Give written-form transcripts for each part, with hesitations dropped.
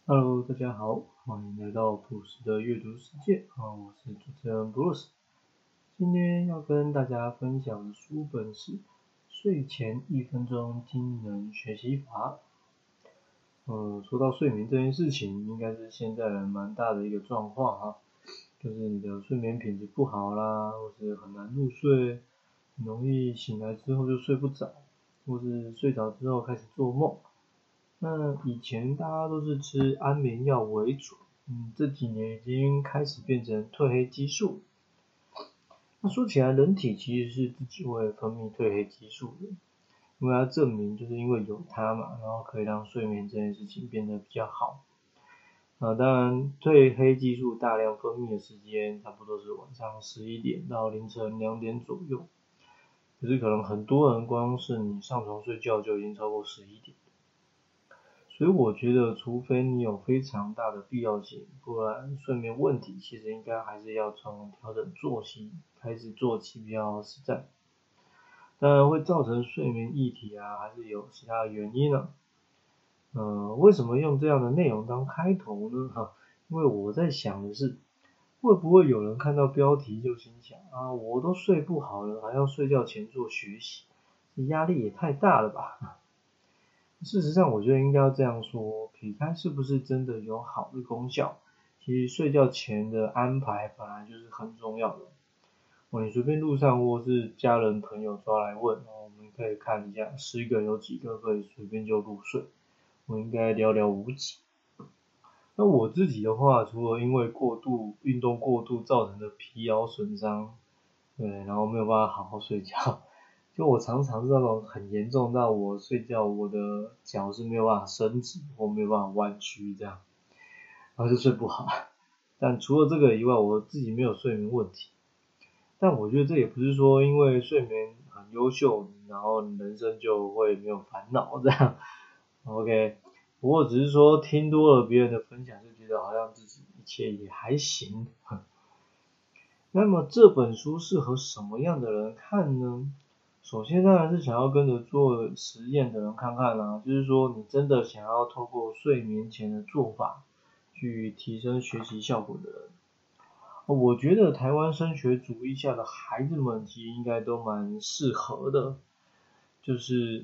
Hello，大家好，欢迎来到朴实的阅读世界我是主持人 Bruce。今天要跟大家分享的书本是睡前1分钟惊人学习法。说到睡眠这件事情，应该是现代人蛮大的一个状况就是你的睡眠品质不好啦，或是很难入睡，很容易醒来之后就睡不着，或是睡着之后开始做梦。那以前大家都是吃安眠药为主，这几年已经开始变成褪黑激素。那说起来，人体其实是自己会分泌褪黑激素的，因为它证明就是因为有它嘛，然后可以让睡眠这件事情变得比较好。当然，褪黑激素大量分泌的时间差不多是晚上11点到凌晨2点左右，可是可能很多人光是你上床睡觉就已经超过11点。所以我觉得，除非你有非常大的必要性，不然睡眠问题其实应该还是要从调整作息开始做起比较实在。当然会造成睡眠议题还是有其他的原因为什么用这样的内容当开头呢？因为我在想的是，会不会有人看到标题就心想我都睡不好了，还要睡觉前做学习，压力也太大了吧？事实上，我觉得应该要这样说，撇开是不是真的有好的功效，其实睡觉前的安排本来就是很重要的。你随便路上或是家人朋友抓来问，我们可以看一下10个有几个可以随便就入睡，我应该寥寥无几。那我自己的话，除了因为运动过度造成的疲劳损伤，然后没有办法好好睡觉，就我常常是那种很严重到我睡觉我的脚是没有办法伸直或没有办法弯曲这样，然后就睡不好。但除了这个以外，我自己没有睡眠问题。但我觉得这也不是说因为睡眠很优秀，然后人生就会没有烦恼这样。OK， 不过只是说听多了别人的分享，就觉得好像自己一切也还行。那么这本书适合什么样的人看呢？首先当然是想要跟着做实验的人看看就是说你真的想要透过睡眠前的做法去提升学习效果的人。我觉得台湾升学主义下的孩子们其实应该都蛮适合的，就是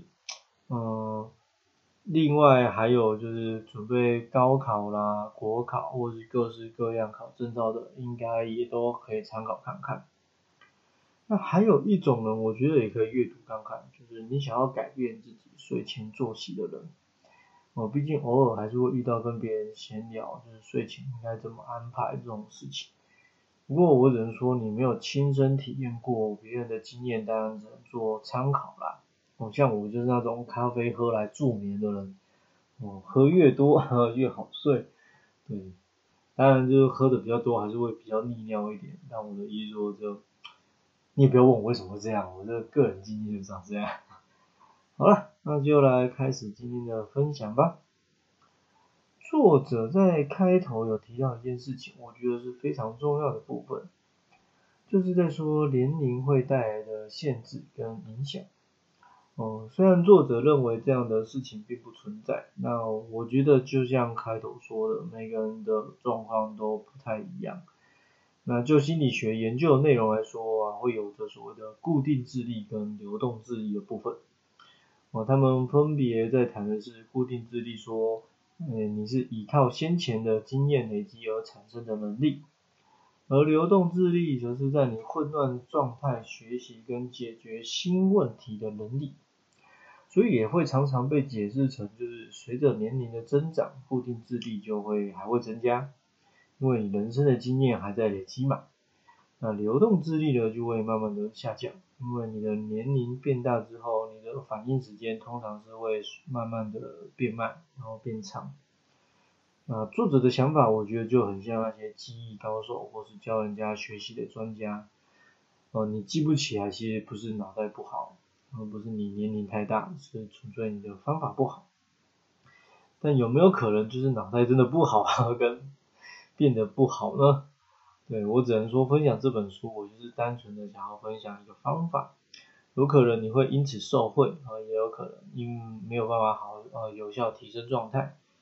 另外还有就是准备高考啦、国考或是各式各样考证照的，应该也都可以参考看看。那还有一种人，我觉得也可以阅读看看，就是你想要改变自己睡前作息的人。毕竟偶尔还是会遇到跟别人闲聊，就是睡前应该怎么安排这种事情。不过我只能说，你没有亲身体验过别人的经验，当然只能做参考啦。像我就是那种咖啡喝来助眠的人，喝越多越好睡。对，当然就是喝的比较多，还是会比较利尿一点。但我的意思说你也不要问我为什么会这样，我这个人经验就长这样。好了，那就来开始今天的分享吧。作者在开头有提到一件事情，我觉得是非常重要的部分，就是在说年龄会带来的限制跟影响。虽然作者认为这样的事情并不存在，那我觉得就像开头说的，每个人的状况都不太一样。那就心理学研究的内容来说会有着所谓的固定智力跟流动智力的部分。他们分别在谈的是固定智力说，你是依靠先前的经验累积而产生的能力，而流动智力则是在你混乱状态学习跟解决新问题的能力。所以也会常常被解释成就是随着年龄的增长，固定智力还会增加，因为你人生的经验还在累积嘛。那流动智力呢就会慢慢的下降，因为你的年龄变大之后，你的反应时间通常是会慢慢的变慢，然后变长。那作者的想法我觉得就很像那些记忆高手或是教人家学习的专家。你记不起来其实不是脑袋不好，不是你年龄太大，是纯粹你的方法不好。但有没有可能就是脑袋真的不好跟变得不好呢？对，我只能说分享这本书，我就是单纯的想要分享一个方法，有可能你会因此受惠也有可能因没有办法有效提升状态。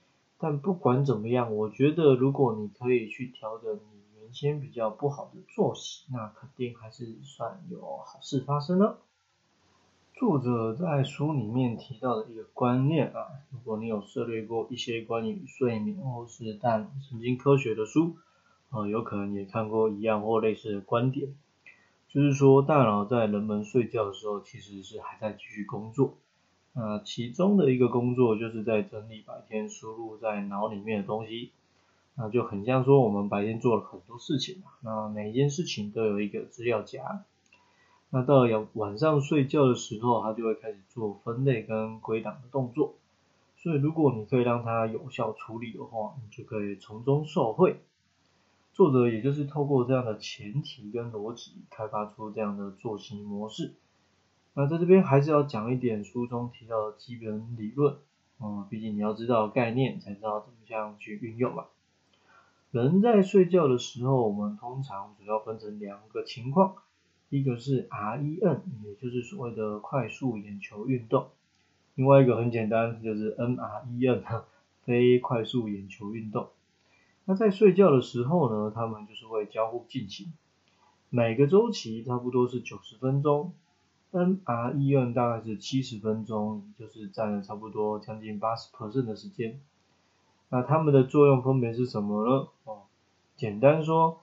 但不管怎么样，我觉得如果你可以去调整你原先比较不好的作息，那肯定还是算有好事发生了。作者在书里面提到的一个观念啊，如果你有涉猎过一些关于睡眠或是大脑神经科学的书，有可能也看过一样或类似的观点，就是说大脑在人们睡觉的时候其实是还在继续工作，其中的一个工作就是在整理白天输入在脑里面的东西，那就很像说我们白天做了很多事情，那每一件事情都有一个资料夹，那到了晚上睡觉的时候，它就会开始做分类跟归档的动作。所以如果你可以让它有效处理的话，你就可以从中受惠。作者也就是透过这样的前提跟逻辑，开发出这样的作息模式。那在这边还是要讲一点书中提到的基本理论，毕竟你要知道概念，才知道怎么样去运用嘛。人在睡觉的时候，我们通常主要分成两个情况，一个是 REM， 也就是所谓的快速眼球运动，另外一个很简单，就是 NREM， 非快速眼球运动。那在睡觉的时候呢，他们就是会交互进行，每个周期差不多是90分钟， NREM 大概是70分钟，就是占了差不多将近 80% 的时间。那它们的作用分别是什么呢？简单说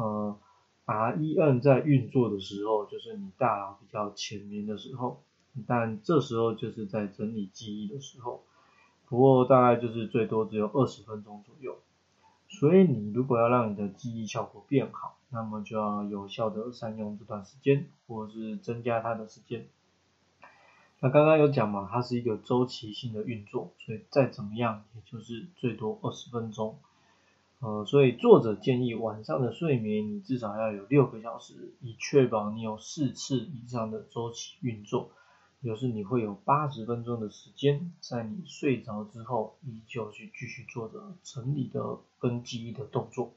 ，REM 在运作的时候，就是你大脑比较浅眠的时候，但这时候就是在整理记忆的时候，不过大概就是最多只有20分钟左右。所以你如果要让你的记忆效果变好，那么就要有效的善用这段时间，或者是增加它的时间。那刚刚有讲嘛，它是一个周期性的运作，所以再怎么样也就是最多20分钟。所以作者建议晚上的睡眠你至少要有6个小时，以确保你有4次以上的周期运作，也就是你会有80分钟的时间，在你睡着之后依旧去继续做着整理的跟记忆的动作。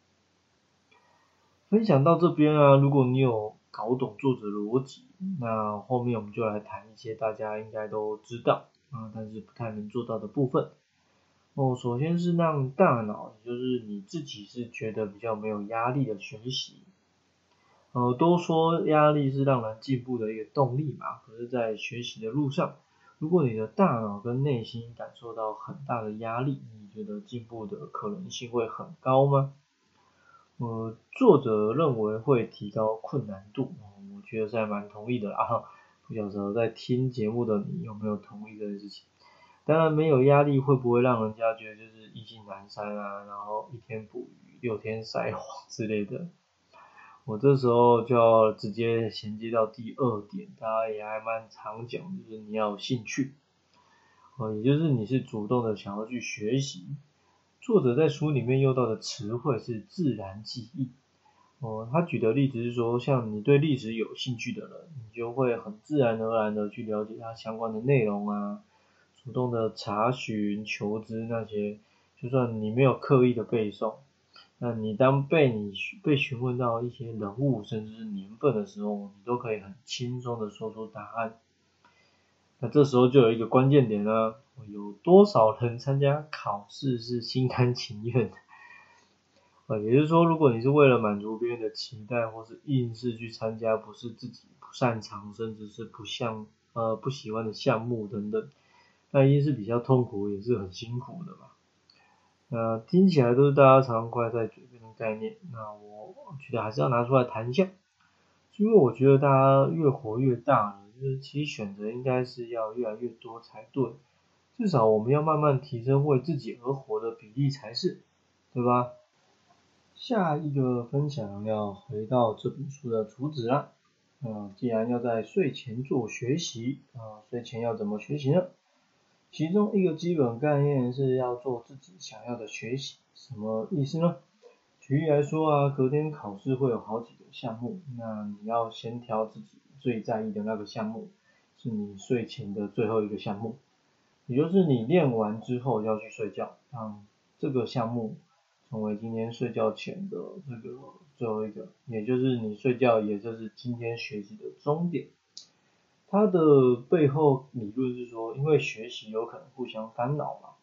分享到这边啊，如果你有搞懂作者的逻辑，那后面我们就来谈一些大家应该都知道但是不太能做到的部分。首先是让大脑，也就是你自己是觉得比较没有压力的学习。都说压力是让人进步的一个动力嘛，可是在学习的路上，如果你的大脑跟内心感受到很大的压力，你觉得进步的可能性会很高吗？作者认为会提高困难度，我觉得是还蛮同意的啦。不晓得在听节目的你有没有同意这件事情？当然没有压力会不会让人家觉得就是意兴阑珊啊，然后1天捕鱼6天晒网之类的？我这时候就要直接衔接到第2点，大家也还蛮常讲，就是你要有兴趣，也就是你是主动的想要去学习。作者在书里面用到的词汇是自然记忆。他举的例子是说，像你对历史有兴趣的人，你就会很自然而然的去了解它相关的内容啊，主动的查询、求知那些，就算你没有刻意的背诵，那你当被询问到一些人物甚至是年份的时候，你都可以很轻松的说出答案。那这时候就有一个关键点呢，有多少人参加考试是心甘情愿的？也就是说，如果你是为了满足别人的期待，或是硬是去参加不是自己不擅长，甚至是不喜欢的项目等等，那一定是比较痛苦，也是很辛苦的嘛。听起来都是大家常挂在嘴边的概念，那我觉得还是要拿出来谈一下，因为我觉得大家越活越大了，就是其实选择应该是要越来越多才对，至少我们要慢慢提升为自己而活的比例才是，对吧？下一个分享要回到这本书的主旨啦。既然要在睡前做学习，睡前要怎么学习呢？其中一个基本概念是要做自己想要的学习，什么意思呢？举例来说隔天考试会有好几个项目，那你要先挑自己最在意的那个项目，是你睡前的最后一个项目，也就是你练完之后要去睡觉，让这个项目成为今天睡觉前的这个最后一个，也就是你睡觉，也就是今天学习的终点。它的背后理论是说，因为学习有可能互相干扰嘛，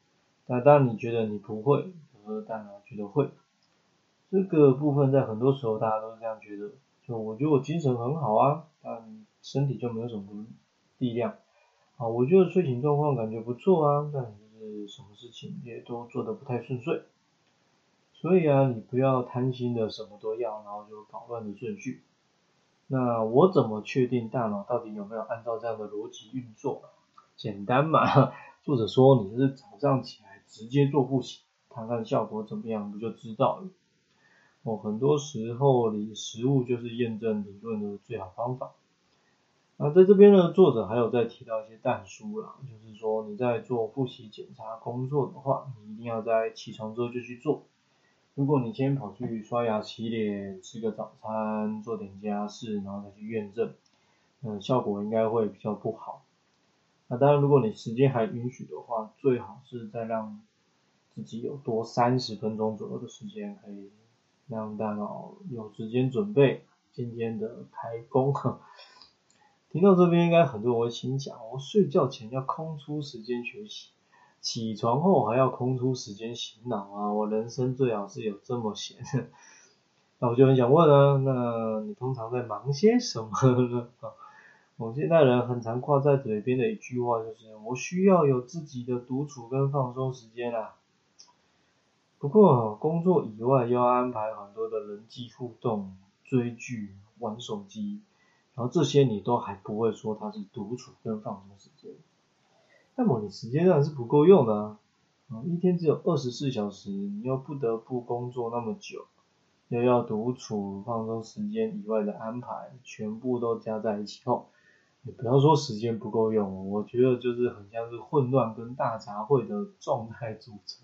那当然你觉得你不会，可是大脑觉得会。这个部分在很多时候大家都是这样觉得，就我觉得我精神很好啊，但身体就没有什么力量。我觉得睡前状况感觉不错啊，但就是什么事情也都做得不太顺遂。所以啊，你不要贪心的什么都要，然后就搞乱了顺序。那我怎么确定大脑到底有没有按照这样的逻辑运作？简单嘛，作者说你是早上起来直接做复习，看看效果怎么样，不就知道了。很多时候实物就是验证理论的最好方法。那在这边呢，作者还有再提到一些但书啦，就是说你在做复习检查工作的话，你一定要在起床之后就去做。如果你先跑去刷牙洗脸，吃个早餐，做点家事，然后再去验证，效果应该会比较不好。那当然，如果你时间还允许的话，最好是再让自己有多30分钟左右的时间，可以让大脑有时间准备，渐渐的开工。听到这边，应该很多人会心想，我睡觉前要空出时间学习，起床后还要空出时间洗脑啊！我人生最好是有这么闲。那我就很想问啊，那你通常在忙些什么呢？我现代人很常挂在嘴边的一句话就是，我需要有自己的独处跟放松时间啊。不过工作以外又要安排很多的人际互动、追剧、玩手机，然后这些你都还不会说它是独处跟放松时间，那么你时间当然是不够用的啊。一天只有24小时，你又不得不工作那么久，又要独处、放松时间以外的安排，全部都加在一起后，你不要说时间不够用，我觉得就是很像是混乱跟大杂烩的状态组成。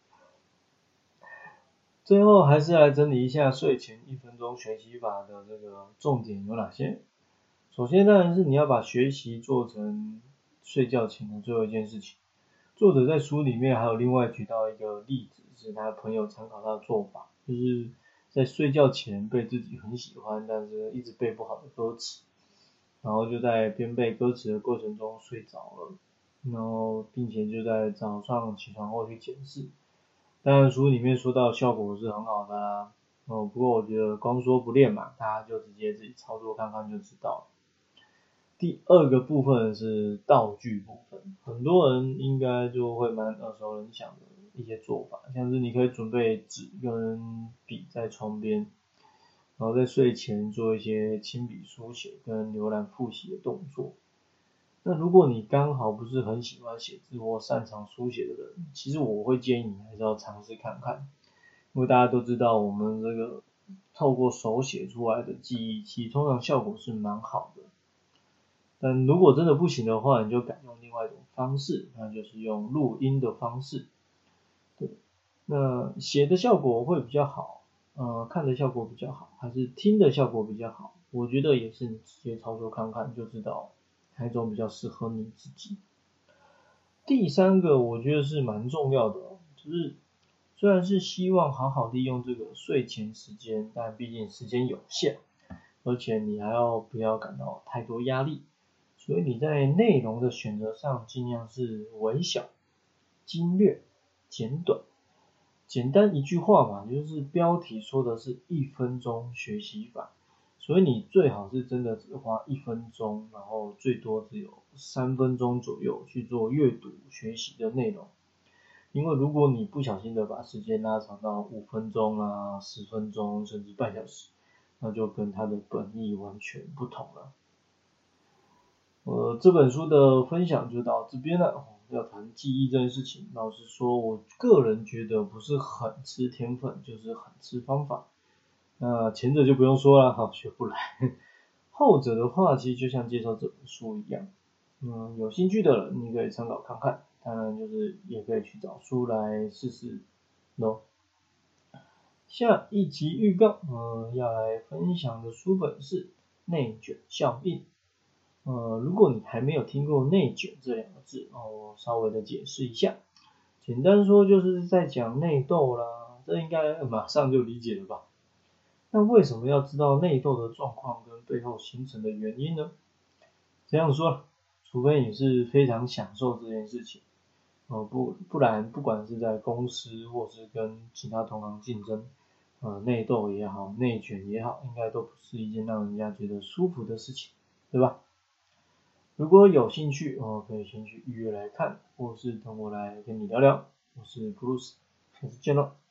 最后还是来整理一下睡前1分钟学习法的这个重点有哪些。首先当然是你要把学习做成睡觉前的最后一件事情。作者在书里面还有另外举到一个例子，是他朋友参考他的做法，就是在睡觉前背自己很喜欢但是一直背不好的歌词，然后就在边背歌词的过程中睡着了，然后并且就在早上起床后去检视。当然书里面说到效果是很好的啦，不过我觉得光说不练嘛，大家就直接自己操作看看就知道了。第二个部分是道具部分，很多人应该就会蛮耳熟能详的一些做法，像是你可以准备纸跟笔在床边，然后在睡前做一些亲笔书写跟浏览复习的动作。那如果你刚好不是很喜欢写字或擅长书写的人，其实我会建议你还是要尝试看看，因为大家都知道我们这个透过手写出来的记忆，其实通常效果是蛮好的。但如果真的不行的话，你就改用另外一种方式，那就是用录音的方式。对，那写的效果会比较好，看的效果比较好，还是听的效果比较好？我觉得也是你直接操作看看就知道哪一种比较适合你自己。第三个我觉得是蛮重要的，就是虽然是希望好好利用这个睡前时间，但毕竟时间有限，而且你还要不要感到太多压力，所以你在内容的选择上尽量是微小、精略、简短。简单一句话嘛，就是标题说的是1分钟学习法，所以你最好是真的只花1分钟，然后最多只有3分钟左右去做阅读学习的内容。因为如果你不小心的把时间拉长到5分钟啊、10分钟甚至半小时，那就跟它的本意完全不同了。这本书的分享就到这边了。要谈记忆这件事情，老实说，我个人觉得不是很吃天分，就是很吃方法。那前者就不用说了，学不来。后者的话，其实就像介绍这本书一样，有兴趣的人你可以参考看看，当然就是也可以去找书来试试咯。下一集预告，要来分享的书本是内卷效应。如果你还没有听过内卷这两个字，我稍微的解释一下，简单说就是在讲内斗啦，这应该马上就理解了吧？那为什么要知道内斗的状况跟背后形成的原因呢？这样说，除非你是非常享受这件事情， 不然不管是在公司或是跟其他同行竞争，内斗也好，内卷也好，应该都不是一件让人家觉得舒服的事情，对吧？如果有兴趣，可以先去预约来看，或是等我来跟你聊聊。我是布鲁斯，下次见喽。